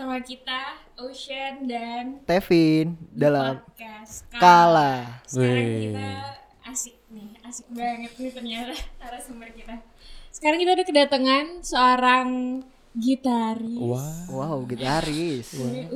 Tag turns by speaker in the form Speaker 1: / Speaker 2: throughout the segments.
Speaker 1: bersama kita Ocean dan
Speaker 2: Tevin
Speaker 1: di
Speaker 2: dalam
Speaker 1: podcast
Speaker 2: Kala.
Speaker 1: Sekarang
Speaker 3: Wih.
Speaker 1: kita asik banget nih ternyata narasumber kita. Sekarang kita udah kedatangan seorang gitaris.
Speaker 2: Wow, gitaris.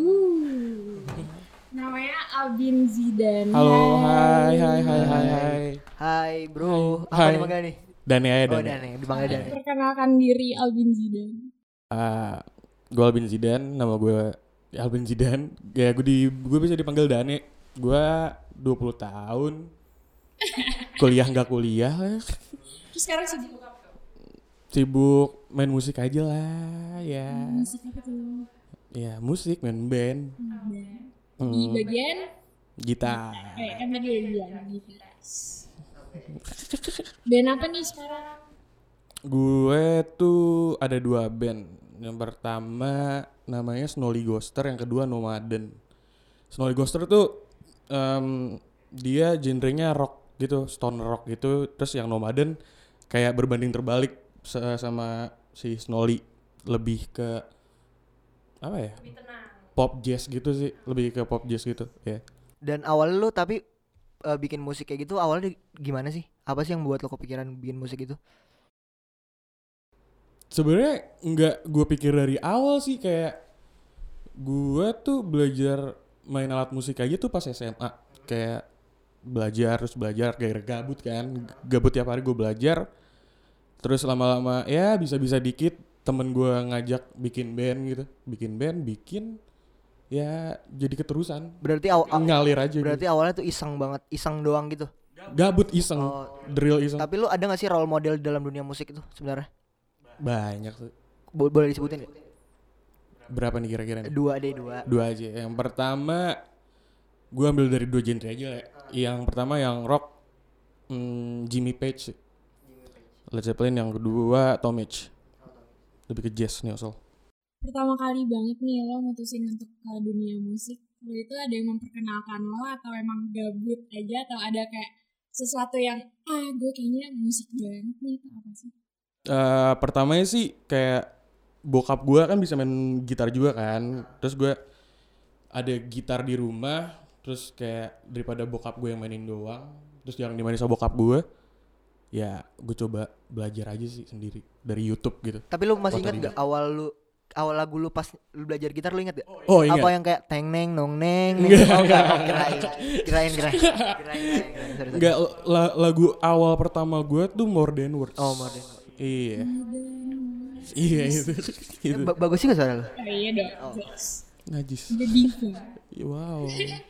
Speaker 1: Namanya Albin Zidan.
Speaker 3: Halo, hai.
Speaker 2: Hai bro, apa
Speaker 3: Hai.
Speaker 2: nih manggil nih?
Speaker 3: Dani aja,
Speaker 2: Oh
Speaker 3: Dani.
Speaker 2: Dani, dipanggil Dani.
Speaker 1: Perkenalkan diri Albin Zidan.
Speaker 3: Gue Albin Zidan, nama gue Albin Zidan. Ya gue bisa dipanggil Dani. Gue 20 tahun. Kuliah nggak kuliah.
Speaker 1: Terus sekarang sibuk apa tuh?
Speaker 3: Sibuk main musik aja lah, ya.
Speaker 1: Musik apa tuh?
Speaker 3: Ya, musik, main band.
Speaker 1: Di bagian
Speaker 3: Gitar.
Speaker 1: kan tadi udah bilang gitaris. Band apa nih sekarang?
Speaker 3: Gue tuh ada 2 band. Yang pertama namanya Snolly Ghoster, yang kedua Nomaden. Snolly Ghoster tuh dia genrenya rock gitu, stoner rock gitu. Terus yang Nomaden kayak berbanding terbalik sama si Snolly, lebih ke apa ya?
Speaker 1: Lebih tenang.
Speaker 3: Pop jazz gitu sih, lebih ke pop jazz gitu ya.
Speaker 2: Dan awal lu tapi bikin musik kayak gitu awalnya gimana sih? Apa sih yang buat lo kepikiran bikin musik itu?
Speaker 3: Sebenarnya nggak gue pikir dari awal sih, kayak gue tuh belajar main alat musik aja tuh pas SMA. Kayak belajar kayak gabut kan, gabut tiap hari gue belajar. Terus lama-lama ya bisa-bisa dikit temen gue ngajak bikin band, ya jadi keterusan.
Speaker 2: Berarti
Speaker 3: Ngalir aja
Speaker 2: berarti
Speaker 3: gitu.
Speaker 2: awalnya tuh iseng banget, iseng doang gitu.
Speaker 3: Gabut iseng, drill iseng.
Speaker 2: Tapi lu ada gak sih role model dalam dunia musik itu sebenarnya?
Speaker 3: Banyak tuh.
Speaker 2: Boleh disebutin gak?
Speaker 3: Berapa nih kira-kira nih?
Speaker 2: 2 deh, 2.
Speaker 3: 2 aja. Yang pertama gue ambil dari 2 genre aja ya. Yang pertama yang rock, Jimmy Page, Led Zeppelin. Yang kedua Tom Mitch, lebih ke jazz nih asal.
Speaker 1: Pertama kali banget nih lo mutusin untuk ke dunia musik, lo itu ada yang memperkenalkan lo atau emang gabut aja, atau ada kayak sesuatu yang gue kayaknya musik banget nih, itu apa sih?
Speaker 3: Pertamanya sih kayak bokap gue kan bisa main gitar juga kan. Terus gue ada gitar di rumah. Terus kayak daripada bokap gue yang mainin doang, terus jarang dimainin sama bokap gue, ya gue coba belajar aja sih sendiri dari YouTube gitu.
Speaker 2: Tapi lu masih ingat
Speaker 3: Otodidak.
Speaker 2: gak awal lagu lu pas lu belajar gitar, lu ingat gak?
Speaker 3: Oh ingat.
Speaker 2: Apa yang kayak teng neng nong neng?
Speaker 3: Enggak.
Speaker 2: Oh, enggak. Oh, kirain. Sorry.
Speaker 3: Enggak, lagu awal pertama gue tuh More Than Words.
Speaker 2: Oh, More Than
Speaker 3: Iya. Iya itu. Gitu.
Speaker 2: Bagus juga suara lu.
Speaker 1: Iya dong, jelas.
Speaker 3: Najis.
Speaker 1: Udah diva.
Speaker 3: Wow.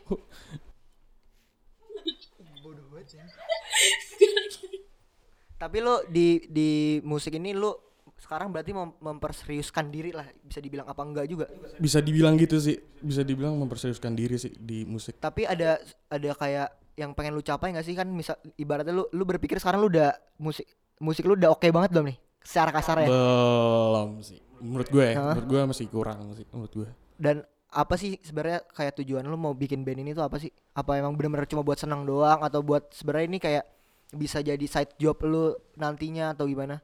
Speaker 2: Tapi lu di musik ini lu sekarang berarti memperseriuskan diri lah, bisa dibilang apa enggak juga.
Speaker 3: Bisa dibilang gitu sih. Bisa dibilang memperseriuskan diri sih di musik.
Speaker 2: Tapi ada kayak yang pengen lu capai enggak sih, kan misal ibaratnya lu berpikir sekarang lu udah musik lu udah oke banget belum nih? Secara kasar ya.
Speaker 3: Belum sih. Menurut gue,
Speaker 2: Hah?
Speaker 3: menurut gue masih kurang sih menurut gue.
Speaker 2: Dan apa sih sebenarnya kayak tujuan lu mau bikin band ini tuh apa sih? Apa emang benar-benar cuma buat senang doang, atau buat sebenarnya ini kayak bisa jadi side job lu nantinya atau gimana?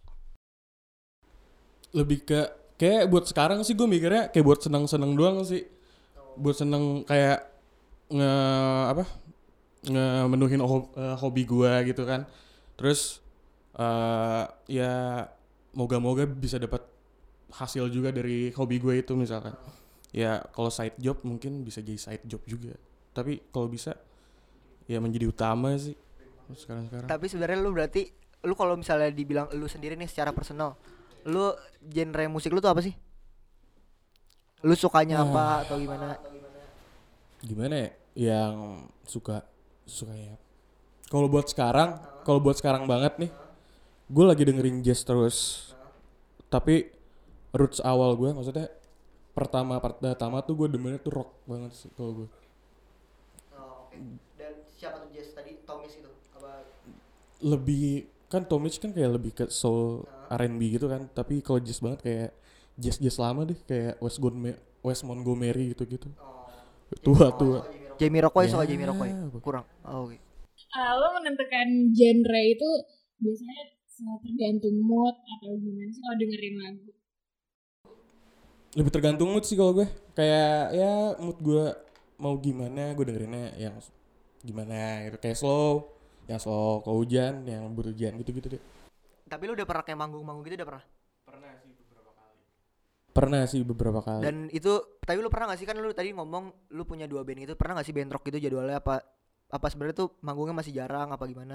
Speaker 3: Lebih ke kayak buat sekarang sih gue mikirnya kayak buat senang-senang doang sih. Buat seneng kayak menuhin hobi gue gitu kan. Terus ya moga-moga bisa dapat hasil juga dari hobi gue itu misalkan. Ya kalau side job mungkin bisa jadi side job juga. Tapi kalau bisa ya menjadi utama sih sekarang.
Speaker 2: Tapi sebenarnya lu berarti lu kalau misalnya dibilang lu sendiri nih secara personal, lu genre musik lu tuh apa sih? Lu sukanya apa atau gimana?
Speaker 3: Gimana ya? Yang suka ya. Kalau buat sekarang banget nih, gue lagi dengerin jazz terus. Tapi roots awal gue, maksudnya pertama tuh gue demennya tuh rock banget sih kalau gue.
Speaker 2: Dan siapa tuh jazz tadi? Tomis itu apa?
Speaker 3: Lebih kan Tom Mitch kan kayak lebih ke soul R&B gitu kan. Tapi kalau jazz banget kayak jazz lama deh, kayak Wes Montgomery gitu. Tua.
Speaker 2: Jamie Rockway,
Speaker 3: Ya,
Speaker 2: suka Jamie Rockway? Kurang. Oh, oke.
Speaker 1: Lo menentukan genre itu biasanya tergantung mood atau gimana sih kalau dengerin lagu?
Speaker 3: Lebih tergantung mood sih kalau gue. Kayak ya mood gue mau gimana, gue dengerinnya yang gimana gitu. Kayak slow, yang slow kalau hujan, yang berhujan gitu-gitu deh.
Speaker 2: Tapi lu udah pernah kayak manggung-manggung gitu udah pernah?
Speaker 3: Pernah sih beberapa kali.
Speaker 2: Dan itu tapi lu pernah gak sih, kan lu tadi ngomong lu punya 2 band gitu, pernah gak sih band rock gitu jadwalnya apa sebenarnya tuh manggungnya masih jarang apa gimana?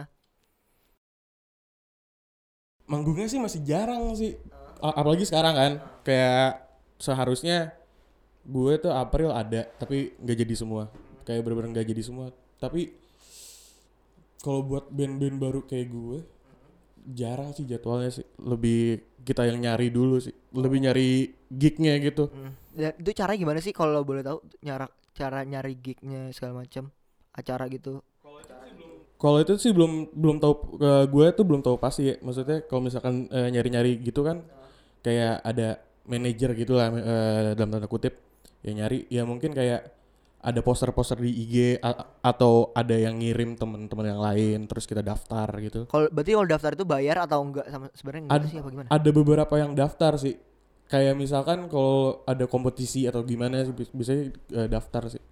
Speaker 3: Manggungnya sih masih jarang sih. Apalagi sekarang kan. Kayak seharusnya gue tuh April ada tapi nggak jadi semua. Kayak bener-bener nggak jadi semua. Tapi kalau buat band-band baru kayak gue jarang sih jadwalnya sih. Lebih kita yang nyari dulu sih. Lebih nyari gignya gitu.
Speaker 2: Dan itu caranya gimana sih kalau boleh tahu, cara nyari gignya segala macam acara gitu?
Speaker 3: Kalau itu sih belum tahu, gue tuh belum tahu pasti ya. Maksudnya kalau misalkan nyari-nyari gitu kan kayak ada manajer gitu lah, dalam tanda kutip ya nyari ya, mungkin kayak ada poster-poster di IG atau ada yang ngirim teman-teman yang lain terus kita daftar gitu.
Speaker 2: Berarti kalau daftar itu bayar atau enggak, sama sebenarnya enggak sih apa gimana?
Speaker 3: Ada beberapa yang daftar sih. Kayak misalkan kalau ada kompetisi atau gimana sih biasanya daftar sih.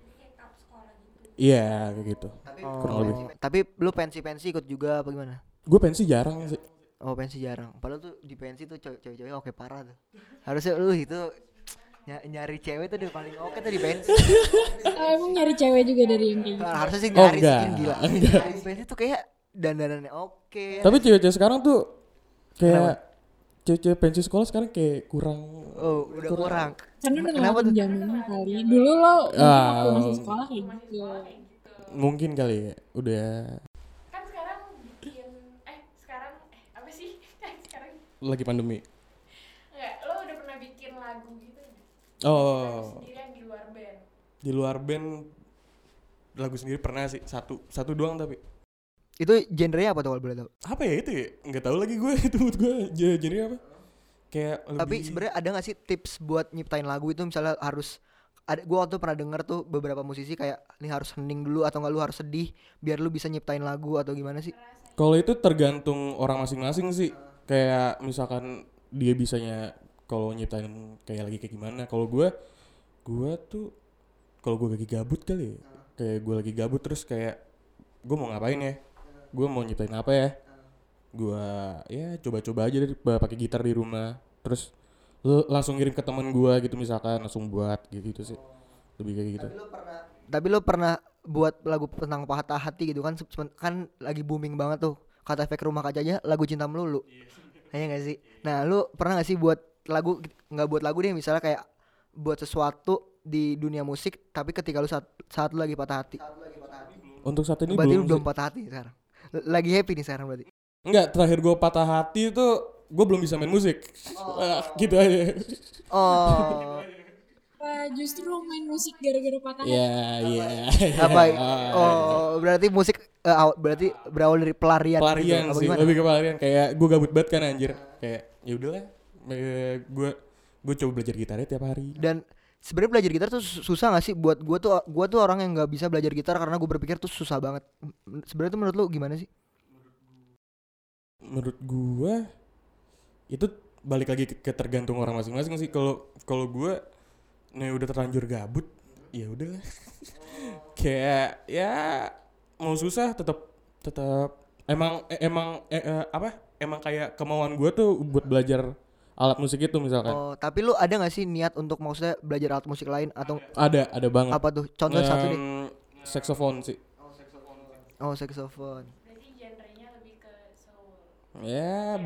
Speaker 3: Iya kayak gitu. Kurang lebih.
Speaker 2: Tapi lu pensi ikut juga apa gimana?
Speaker 3: Gue pensi jarang sih.
Speaker 2: Oh, pensi jarang. Padahal tuh di pensi tuh cewek-cewek oke parah tuh. Harusnya lu itu nyari cewek tuh udah paling oke tuh di pensi.
Speaker 1: Emang nyari cewek juga dari yang kayak gitu?
Speaker 2: Harusnya sih
Speaker 3: Oh,
Speaker 2: nyari
Speaker 3: enggak.
Speaker 2: skin gila.
Speaker 3: Enggak.
Speaker 2: Di pensi tuh kayak dandanannya oke.
Speaker 3: Tapi cewek-cewek sekarang tuh kayak cewek-cewek pensi sekolah sekarang kayak kurang.
Speaker 2: Oh, udah kurang.
Speaker 1: Karena udah
Speaker 2: Kenapa
Speaker 1: ngelakuin
Speaker 2: tuh?
Speaker 1: zamannya kali. Dulu lo waktu masih sekolah kayak gitu.
Speaker 3: Mungkin kali ya udah
Speaker 4: Kan sekarang bikin apa sih? Sekarang
Speaker 3: lagi pandemi.
Speaker 4: enggak, lo udah pernah bikin lagu gitu nggak? Lagu
Speaker 3: Oh,
Speaker 4: sendirian di luar band.
Speaker 3: di luar band lagu sendiri pernah sih, satu doang. Tapi
Speaker 2: Itu genrenya apa tuh kalau boleh tahu?
Speaker 3: apa ya itu ya, nggak tahu lagi gue itu mood gue jadi apa kayak
Speaker 2: Tapi
Speaker 3: lebih.
Speaker 2: sebenarnya ada gak sih tips buat nyiptain lagu itu, misalnya harus ada, gue waktu pernah denger tuh beberapa musisi kayak ini harus hening dulu atau enggak lu harus sedih biar lu bisa nyiptain lagu atau gimana sih?
Speaker 3: Kalau itu tergantung orang masing-masing sih. Kayak misalkan dia bisanya kalau nyiptain kayak lagi kayak gimana. Kalau gue tuh kalau gue lagi gabut kali ya. Kayak gue lagi gabut terus kayak gue mau ngapain ya? Gue mau nyiptain apa ya? Gue ya coba-coba aja deh pakai gitar di rumah. Terus langsung ngirim ke teman gue gitu, misalkan langsung buat gitu sih. Lebih kayak gitu.
Speaker 2: Tapi lu pernah buat lagu tentang patah hati gitu kan? Kan lagi booming banget tuh kata efek rumah kaca aja lagu cinta melulu. Iya gak sih? Nah, lu pernah gak sih buat lagu, nggak buat lagu deh, misalnya kayak buat sesuatu di dunia musik tapi ketika lu saat lu lagi patah hati.
Speaker 3: Untuk saat ini
Speaker 2: Berarti lu
Speaker 3: belum
Speaker 2: belum
Speaker 3: sih.
Speaker 2: patah hati sekarang. Lagi happy nih sekarang berarti.
Speaker 3: Enggak, terakhir gue patah hati itu gue belum bisa main musik. Gitu aja.
Speaker 2: Oh.
Speaker 1: Justru main musik gara-gara patah hati.
Speaker 3: Iya.
Speaker 2: Apa? Oh, berarti musik berarti berawal dari pelarian
Speaker 3: Pelarian
Speaker 2: gitu, apa
Speaker 3: sih,
Speaker 2: gimana?
Speaker 3: lebih ke pelarian. Kayak gue gabut banget kan anjir. Kayak ya udahlah, gue coba belajar gitarnya tiap hari.
Speaker 2: Dan sebenarnya belajar gitar tuh susah gak sih? Buat gua tuh orang yang nggak bisa belajar gitar karena gue berpikir tuh susah banget. Sebenarnya tuh menurut lu gimana sih?
Speaker 3: Menurut gue itu balik lagi ke tergantung orang masing-masing sih. Kalau gue nih udah terlanjur gabut, ya udahlah. Kayak ya mau susah tetap emang kayak kemauan gue tuh buat belajar alat musik itu misalkan.
Speaker 2: Oh, tapi lu ada gak sih niat untuk maksudnya belajar alat musik lain atau
Speaker 3: Ada banget.
Speaker 2: apa tuh? Contoh satu deh.
Speaker 3: Saxophone sih.
Speaker 2: Oh, saxophone.
Speaker 4: Berarti genrenya lebih ke soul.
Speaker 3: Ya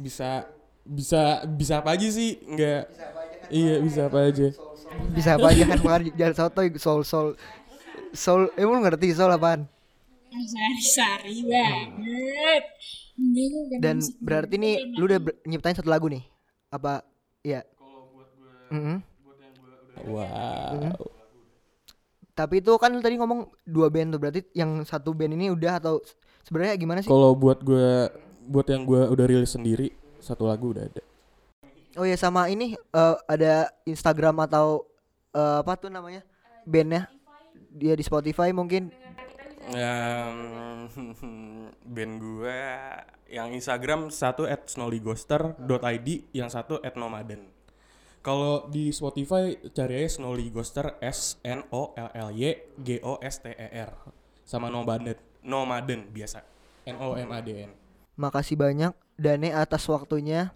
Speaker 3: bisa apa aja sih, enggak. Iya, bisa apa aja.
Speaker 2: Bisa apa aja kan, makanya jangan sotoy soul. Emang lu ngerti soul apaan?
Speaker 1: Sari-sari banget. Enggak, gue bukan
Speaker 2: Dan
Speaker 1: musik
Speaker 2: berarti
Speaker 1: gitu,
Speaker 2: nih
Speaker 1: enak.
Speaker 2: lu udah nyiptain satu lagu nih. Apa? Iya.
Speaker 3: Wow.
Speaker 2: Tapi itu kan lu tadi ngomong 2 band tuh, berarti yang satu band ini udah atau sebenarnya gimana sih?
Speaker 3: Kalau buat yang gue udah rilis sendiri, satu lagu udah ada.
Speaker 2: Oh ya, sama ini ada Instagram atau apa tuh namanya bandnya? Dia di Spotify mungkin.
Speaker 3: Band gue yang Instagram satu @snollygoster.id, yang satu @nomaden. Kalau di Spotify cari aja Snolly Ghoster, SNOLLYGOSTER, sama Nomaden biasa, NOMADN.
Speaker 2: Makasih banyak Dane atas waktunya.